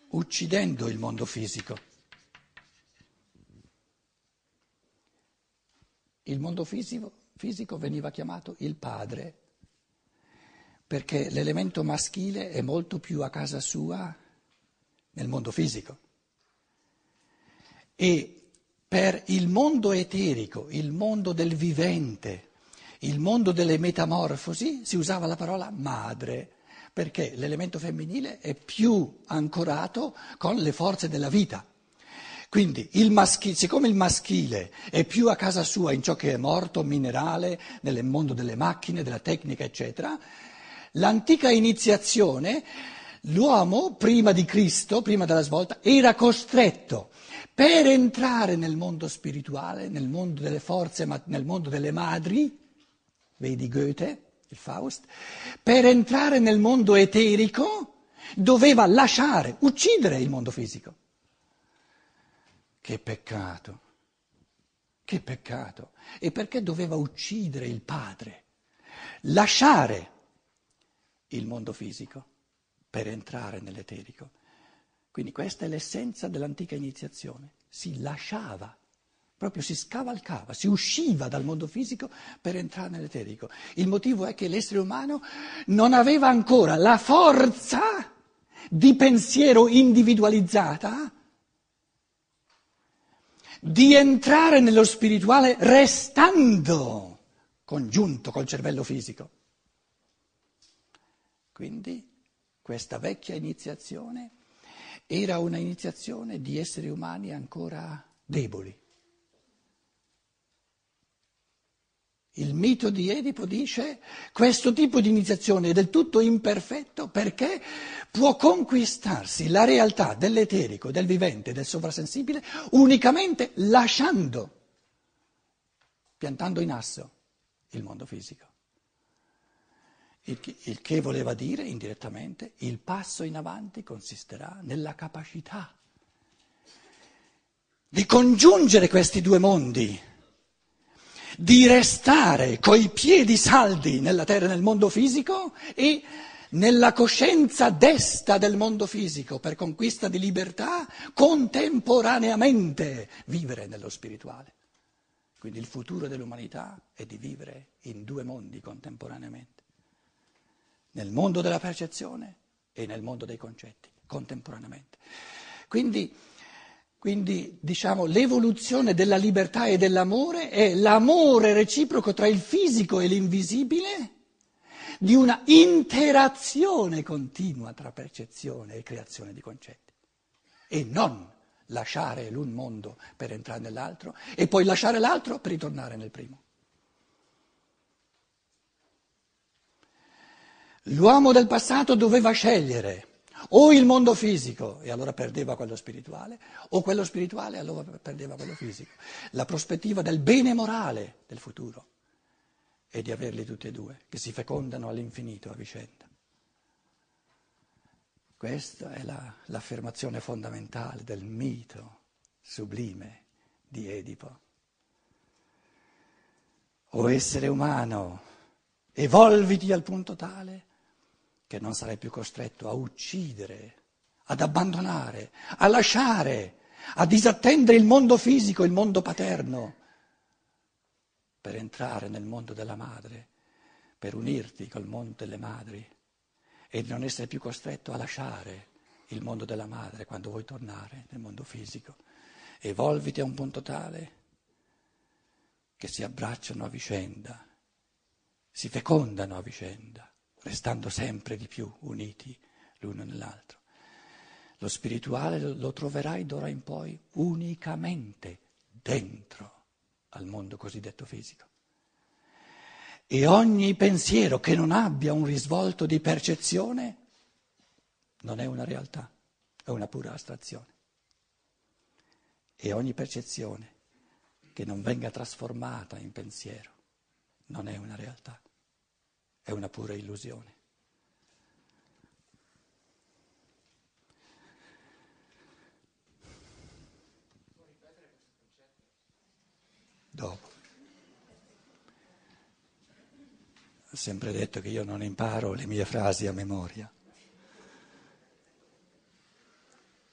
uccidendo il mondo fisico. Il mondo fisico veniva chiamato il padre, perché l'elemento maschile è molto più a casa sua nel mondo fisico. E per il mondo eterico, il mondo del vivente, il mondo delle metamorfosi, si usava la parola madre, perché l'elemento femminile è più ancorato con le forze della vita. Quindi siccome il maschile è più a casa sua in ciò che è morto, minerale, nel mondo delle macchine, della tecnica, eccetera, l'antica iniziazione, l'uomo prima di Cristo, prima della svolta, era costretto per entrare nel mondo spirituale, nel mondo delle forze, nel mondo delle madri, vedi Goethe, il Faust, per entrare nel mondo eterico doveva lasciare, uccidere il mondo fisico. Che peccato, che peccato. E perché doveva uccidere il padre? Lasciare il mondo fisico per entrare nell'eterico. Quindi questa è l'essenza dell'antica iniziazione. Si lasciava, proprio si scavalcava, si usciva dal mondo fisico per entrare nell'eterico. Il motivo è che l'essere umano non aveva ancora la forza di pensiero individualizzata di entrare nello spirituale restando congiunto col cervello fisico. Quindi questa vecchia iniziazione era una iniziazione di esseri umani ancora deboli. Il mito di Edipo dice questo tipo di iniziazione è del tutto imperfetto perché può conquistarsi la realtà dell'eterico, del vivente, del sovrasensibile unicamente lasciando, piantando in asso il mondo fisico. Il che voleva dire indirettamente il passo in avanti consisterà nella capacità di congiungere questi due mondi, di restare coi piedi saldi nella terra e nel mondo fisico e nella coscienza desta del mondo fisico per conquista di libertà contemporaneamente vivere nello spirituale. Quindi il futuro dell'umanità è di vivere in due mondi contemporaneamente, nel mondo della percezione e nel mondo dei concetti contemporaneamente. Quindi, diciamo, l'evoluzione della libertà e dell'amore è l'amore reciproco tra il fisico e l'invisibile di una interazione continua tra percezione e creazione di concetti e non lasciare l'un mondo per entrare nell'altro e poi lasciare l'altro per ritornare nel primo. L'uomo del passato doveva scegliere o il mondo fisico e allora perdeva quello spirituale, o quello spirituale e allora perdeva quello fisico. La prospettiva del bene morale del futuro è di averli tutti e due, che si fecondano all'infinito a vicenda. Questa è l'affermazione fondamentale del mito sublime di Edipo. O essere umano, evolviti al punto tale che non sarai più costretto a uccidere, ad abbandonare, a lasciare, a disattendere il mondo fisico, il mondo paterno, per entrare nel mondo della madre, per unirti col mondo delle madri e non essere più costretto a lasciare il mondo della madre quando vuoi tornare nel mondo fisico. Evolviti a un punto tale che si abbracciano a vicenda, si fecondano a vicenda, restando sempre di più uniti l'uno nell'altro. Lo spirituale lo troverai d'ora in poi unicamente dentro al mondo cosiddetto fisico. E ogni pensiero che non abbia un risvolto di percezione non è una realtà, è una pura astrazione. E ogni percezione che non venga trasformata in pensiero non è una realtà. È una pura illusione. Dopo. Ho sempre detto che io non imparo le mie frasi a memoria.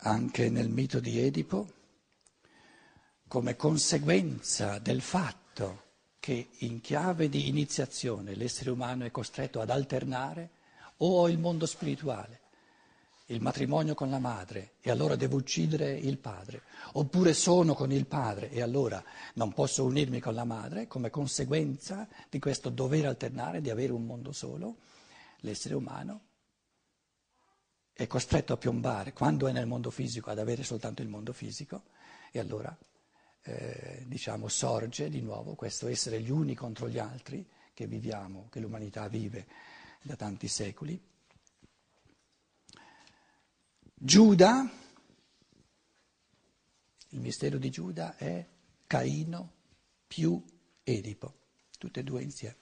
anche nel mito di Edipo, come conseguenza del fatto che in chiave di iniziazione l'essere umano è costretto ad alternare o il mondo spirituale, il matrimonio con la madre e allora devo uccidere il padre, oppure sono con il padre e allora non posso unirmi con la madre, come conseguenza di questo dover alternare, di avere un mondo solo, l'essere umano è costretto a piombare, quando è nel mondo fisico, ad avere soltanto il mondo fisico e allora sorge di nuovo questo essere gli uni contro gli altri che viviamo, che l'umanità vive da tanti secoli. Giuda, il mistero di Giuda è Caino più Edipo, tutte e due insieme.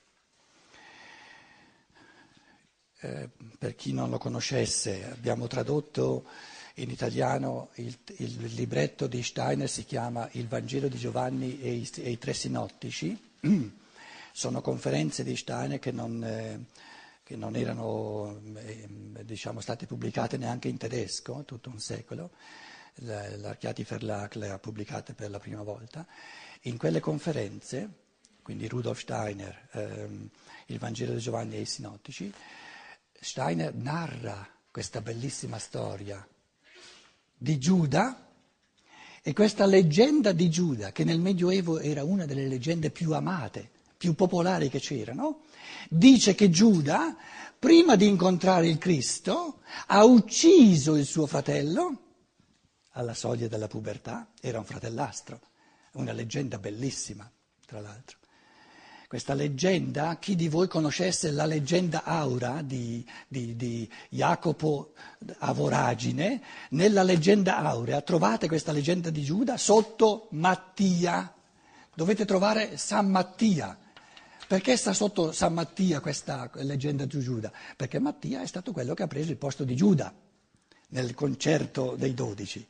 Per chi non lo conoscesse, abbiamo tradotto in italiano il libretto di Steiner, si chiama Il Vangelo di Giovanni e i tre sinottici. Sono conferenze di Steiner che non erano state pubblicate neanche in tedesco, tutto un secolo. L'Archiati Verlag le ha pubblicate per la prima volta. In quelle conferenze, quindi Rudolf Steiner, Il Vangelo di Giovanni e i sinottici, Steiner narra questa bellissima storia di Giuda e questa leggenda di Giuda, che nel Medioevo era una delle leggende più amate, più popolari che c'erano, dice che Giuda, prima di incontrare il Cristo, ha ucciso il suo fratello alla soglia della pubertà, era un fratellastro, una leggenda bellissima, tra l'altro. Questa leggenda, chi di voi conoscesse la leggenda Aura di Jacopo a Voragine, nella leggenda Aurea trovate questa leggenda di Giuda sotto Mattia, dovete trovare San Mattia. Perché sta sotto San Mattia questa leggenda di Giuda? Perché Mattia è stato quello che ha preso il posto di Giuda nel concerto dei 12.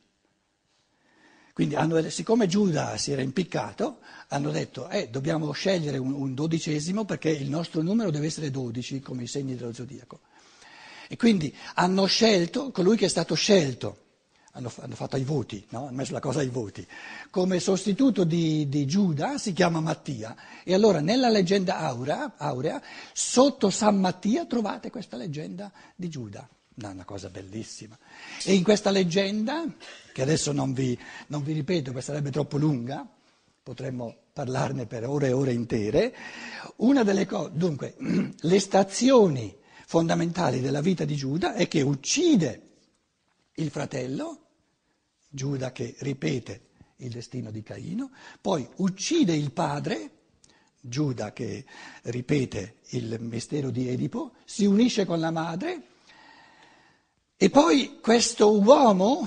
Quindi siccome Giuda si era impiccato, hanno detto dobbiamo scegliere un dodicesimo perché il nostro numero deve essere 12 come i segni dello zodiaco. E quindi hanno scelto colui che è stato scelto, hanno fatto ai voti, no? Hanno messo la cosa ai voti, come sostituto di Giuda si chiama Mattia. E allora nella leggenda Aurea, sotto San Mattia trovate questa leggenda di Giuda. Una cosa bellissima. E in questa leggenda, che adesso non vi ripeto perché sarebbe troppo lunga, potremmo parlarne per ore e ore intere, una delle cose, dunque, le stazioni fondamentali della vita di Giuda è che uccide il fratello, Giuda che ripete il destino di Caino, poi uccide il padre, Giuda che ripete il mistero di Edipo, si unisce con la madre. E poi questo uomo,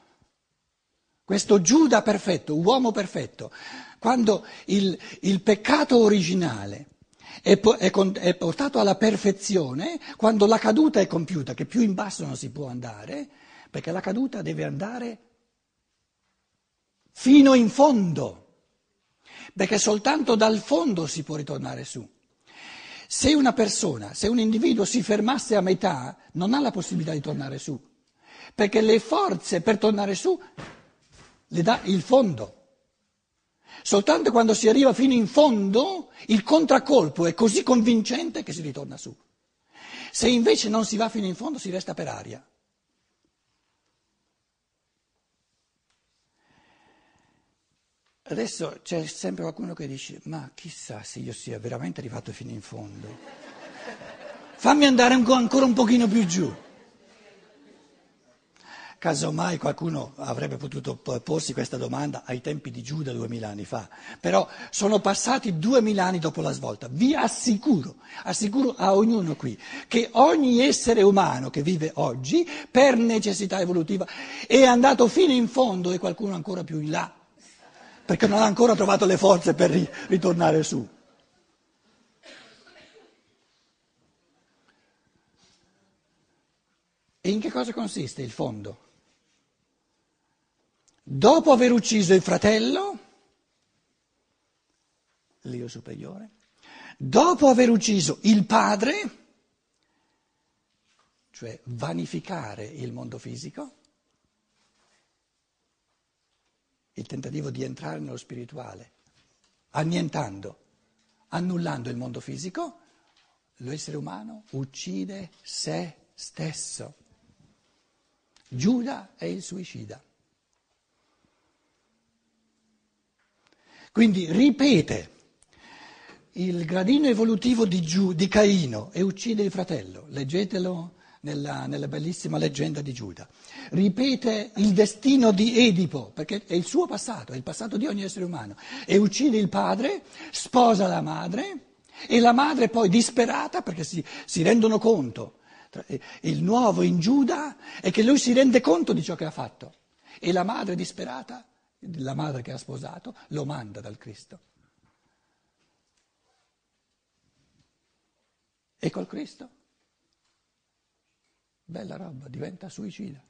questo Giuda perfetto, uomo perfetto, quando il peccato originale è portato alla perfezione, quando la caduta è compiuta, che più in basso non si può andare, perché la caduta deve andare fino in fondo, perché soltanto dal fondo si può ritornare su. Se un individuo si fermasse a metà, non ha la possibilità di tornare su, perché le forze per tornare su le dà il fondo. Soltanto quando si arriva fino in fondo, il contraccolpo è così convincente che si ritorna su. Se invece non si va fino in fondo, si resta per aria. Adesso c'è sempre qualcuno che dice, ma chissà se io sia veramente arrivato fino in fondo. Fammi andare ancora un pochino più giù. Casomai qualcuno avrebbe potuto porsi questa domanda ai tempi di Giuda 2000 anni fa, però sono passati 2000 anni dopo la svolta. Vi assicuro a ognuno qui, che ogni essere umano che vive oggi, per necessità evolutiva, è andato fino in fondo e qualcuno ancora più in là, perché non ha ancora trovato le forze per ritornare su. E in che cosa consiste il fondo? Dopo aver ucciso il fratello, l'io superiore, dopo aver ucciso il padre, cioè vanificare il mondo fisico, il tentativo di entrare nello spirituale, annientando, annullando il mondo fisico, l'essere umano uccide se stesso. Giuda è il suicida. Quindi ripete il gradino evolutivo di Caino e uccide il fratello. Leggetelo nella bellissima leggenda di Giuda. Ripete il destino di Edipo, perché è il suo passato, è il passato di ogni essere umano. E uccide il padre, sposa la madre e la madre poi disperata, perché si rendono conto. Il nuovo in Giuda è che lui si rende conto di ciò che ha fatto. E la madre disperata, la madre che ha sposato, lo manda dal Cristo. E col Cristo, bella roba, diventa suicida.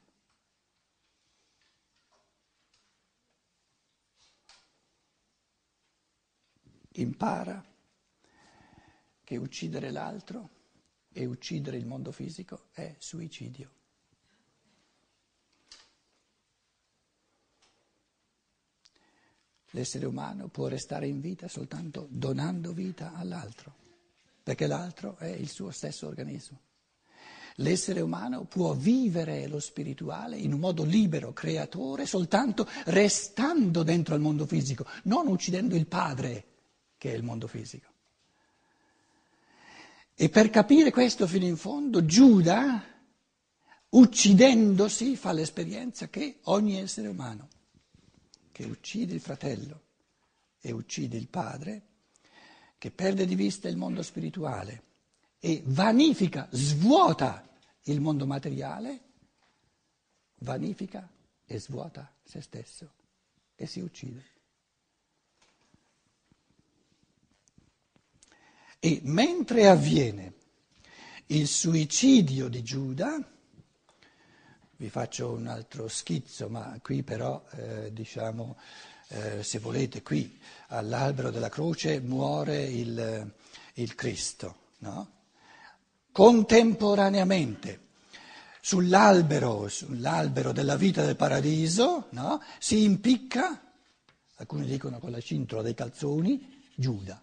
Impara che uccidere l'altro e uccidere il mondo fisico è suicidio. L'essere umano può restare in vita soltanto donando vita all'altro, perché l'altro è il suo stesso organismo. L'essere umano può vivere lo spirituale in un modo libero, creatore, soltanto restando dentro al mondo fisico, non uccidendo il padre, che è il mondo fisico. E per capire questo fino in fondo, Giuda, uccidendosi, fa l'esperienza che ogni essere umano che uccide il fratello e uccide il padre, che perde di vista il mondo spirituale e vanifica, svuota il mondo materiale, vanifica e svuota se stesso e si uccide. E mentre avviene il suicidio di Giuda, vi faccio un altro schizzo, ma qui però se volete, qui all'albero della croce muore il Cristo, no? Contemporaneamente sull'albero della vita del paradiso, no? Si impicca, alcuni dicono con la cintola dei calzoni, Giuda.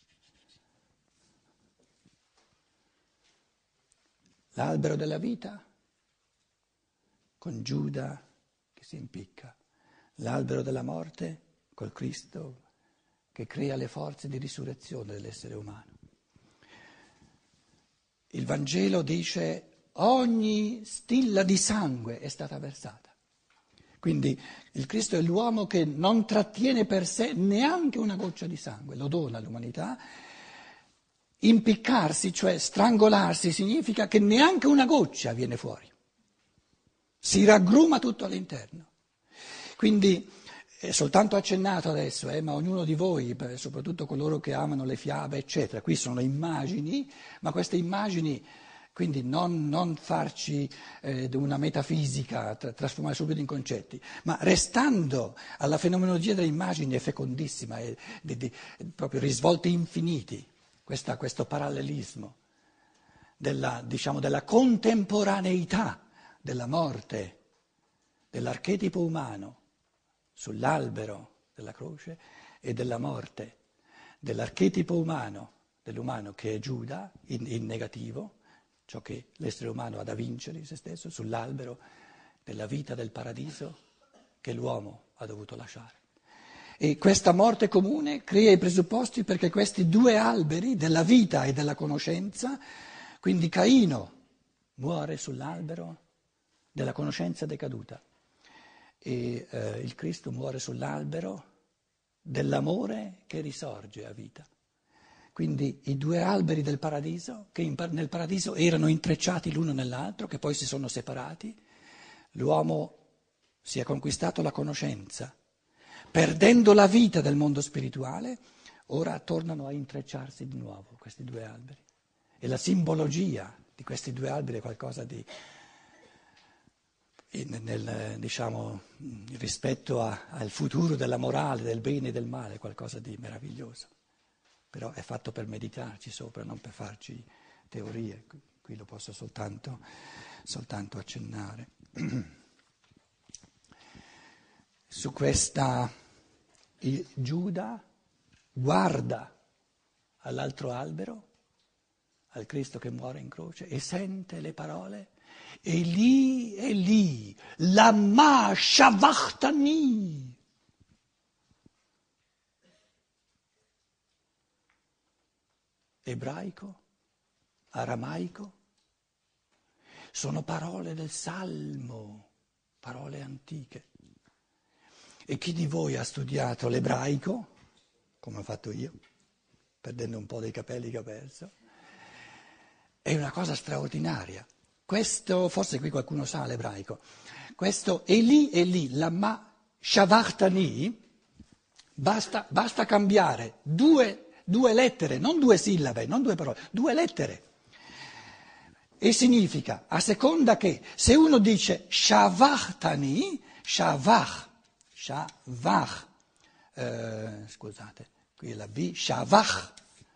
L'albero della vita con Giuda che si impicca, l'albero della morte col Cristo che crea le forze di risurrezione dell'essere umano. Il Vangelo dice ogni stilla di sangue è stata versata. Quindi il Cristo è l'uomo che non trattiene per sé neanche una goccia di sangue, lo dona all'umanità. Impiccarsi, cioè strangolarsi, significa che neanche una goccia viene fuori. Si raggruma tutto all'interno. Quindi è soltanto accennato adesso, ma ognuno di voi, soprattutto coloro che amano le fiabe, eccetera, qui sono immagini, ma queste immagini, quindi non farci una metafisica, trasformare subito in concetti, ma restando alla fenomenologia delle immagini è fecondissima, è proprio risvolti infiniti, questo parallelismo della contemporaneità della morte dell'archetipo umano sull'albero della croce e della morte dell'archetipo umano, dell'umano che è Giuda, in negativo, ciò che l'essere umano ha da vincere in se stesso, sull'albero della vita del paradiso che l'uomo ha dovuto lasciare. E questa morte comune crea i presupposti perché questi due alberi della vita e della conoscenza, quindi Caino muore sull'albero della conoscenza decaduta e il Cristo muore sull'albero dell'amore che risorge a vita. Quindi i due alberi del paradiso, che nel paradiso erano intrecciati l'uno nell'altro, che poi si sono separati, l'uomo si è conquistato la conoscenza, perdendo la vita del mondo spirituale, ora tornano a intrecciarsi di nuovo questi due alberi. E la simbologia di questi due alberi è qualcosa di, rispetto al futuro della morale, del bene e del male, qualcosa di meraviglioso. Però è fatto per meditarci sopra, non per farci teorie. Qui lo posso soltanto accennare. su questa, Giuda guarda all'altro albero, al Cristo che muore in croce, e sente le parole, Eli, lama sabachthani. Ebraico, aramaico, sono parole del Salmo, parole antiche. E chi di voi ha studiato l'ebraico, come ho fatto io, perdendo un po' dei capelli che ho perso, è una cosa straordinaria. Questo, forse qui qualcuno sa l'ebraico, questo Eli, lama sabachthani, basta cambiare due lettere, non due sillabe, non due parole, due lettere. E significa, a seconda che, se uno dice sabachthani, scusate, qui è la B, shavach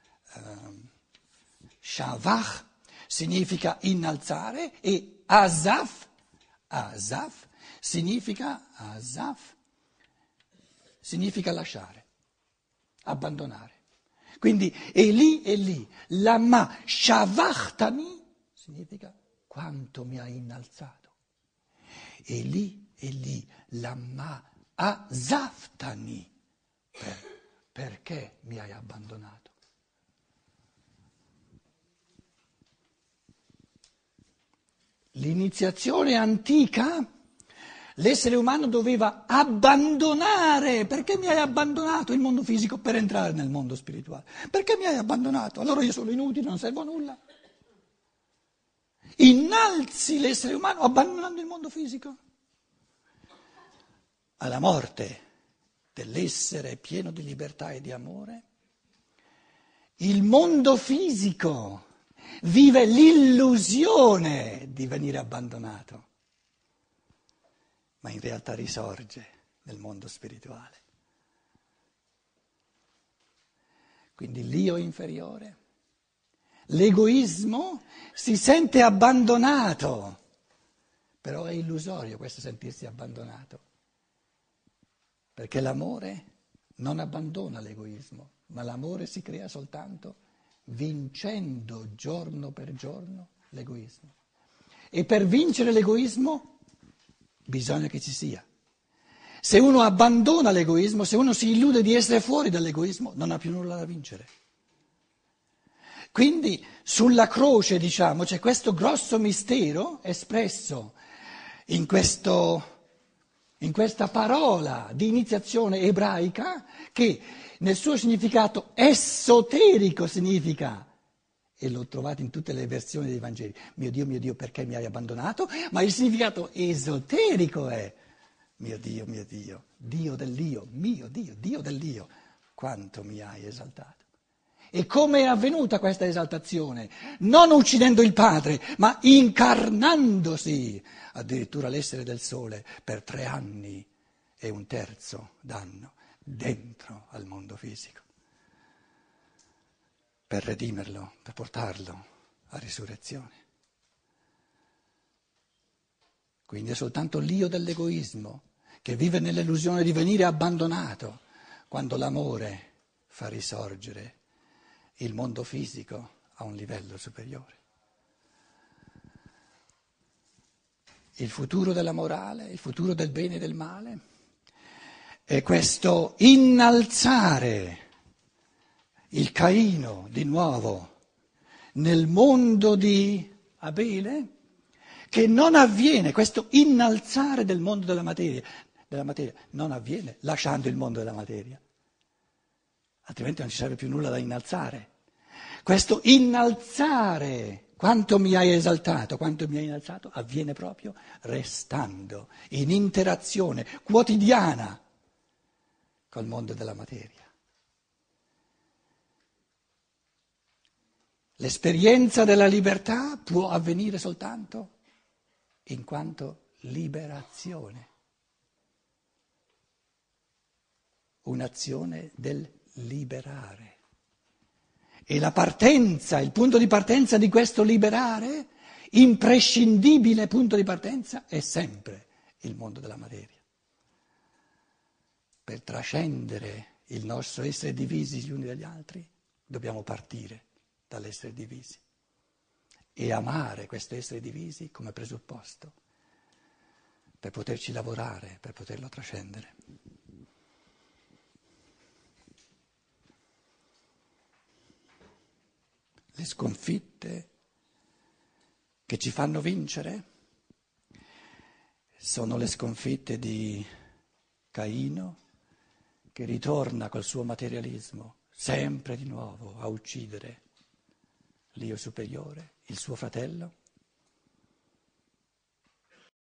significa innalzare, e asaf significa lasciare, abbandonare. Quindi Eli, lama sabachthani significa quanto mi hai innalzato. Eli, lama azaftani, perché mi hai abbandonato. L'iniziazione antica, l'essere umano doveva abbandonare. Perché mi hai abbandonato il mondo fisico per entrare nel mondo spirituale? Perché mi hai abbandonato? Allora io sono inutile, non servo a nulla. Innalzi l'essere umano abbandonando il mondo fisico. Alla morte dell'essere pieno di libertà e di amore, il mondo fisico vive l'illusione di venire abbandonato, ma in realtà risorge nel mondo spirituale. Quindi l'io inferiore, l'egoismo si sente abbandonato, però è illusorio questo sentirsi abbandonato, perché l'amore non abbandona l'egoismo, ma l'amore si crea soltanto vincendo giorno per giorno l'egoismo. E per vincere l'egoismo bisogna che ci sia. Se uno abbandona l'egoismo, se uno si illude di essere fuori dall'egoismo, non ha più nulla da vincere. Quindi sulla croce, diciamo, c'è questo grosso mistero espresso in questa parola di iniziazione ebraica che nel suo significato esoterico significa, e l'ho trovato in tutte le versioni dei Vangeli, mio Dio, perché mi hai abbandonato? Ma il significato esoterico è, mio Dio, Dio dell'io, mio Dio dell'io, quanto mi hai esaltato. E come è avvenuta questa esaltazione? Non uccidendo il Padre, ma incarnandosi, addirittura l'essere del Sole, per 3 anni e 1/3 d'anno, dentro al mondo fisico, per redimerlo, per portarlo a risurrezione. Quindi è soltanto l'io dell'egoismo che vive nell'illusione di venire abbandonato, quando l'amore fa risorgere il mondo fisico a un livello superiore. Il futuro della morale, il futuro del bene e del male è questo innalzare il Caino di nuovo nel mondo di Abele, che non avviene, questo innalzare del mondo della materia non avviene lasciando il mondo della materia. Altrimenti non ci sarebbe più nulla da innalzare. Questo innalzare, quanto mi hai esaltato, quanto mi hai innalzato, avviene proprio restando in interazione quotidiana col mondo della materia. L'esperienza della libertà può avvenire soltanto in quanto liberazione, un'azione del liberare. E la partenza, il punto di partenza di questo liberare, imprescindibile punto di partenza, è sempre il mondo della materia. per trascendere il nostro essere divisi gli uni dagli altri, dobbiamo partire dall'essere divisi e amare questo essere divisi come presupposto per poterci lavorare, per poterlo trascendere. Le sconfitte che ci fanno vincere sono le sconfitte di Caino, che ritorna col suo materialismo sempre di nuovo a uccidere l'io superiore, il suo fratello,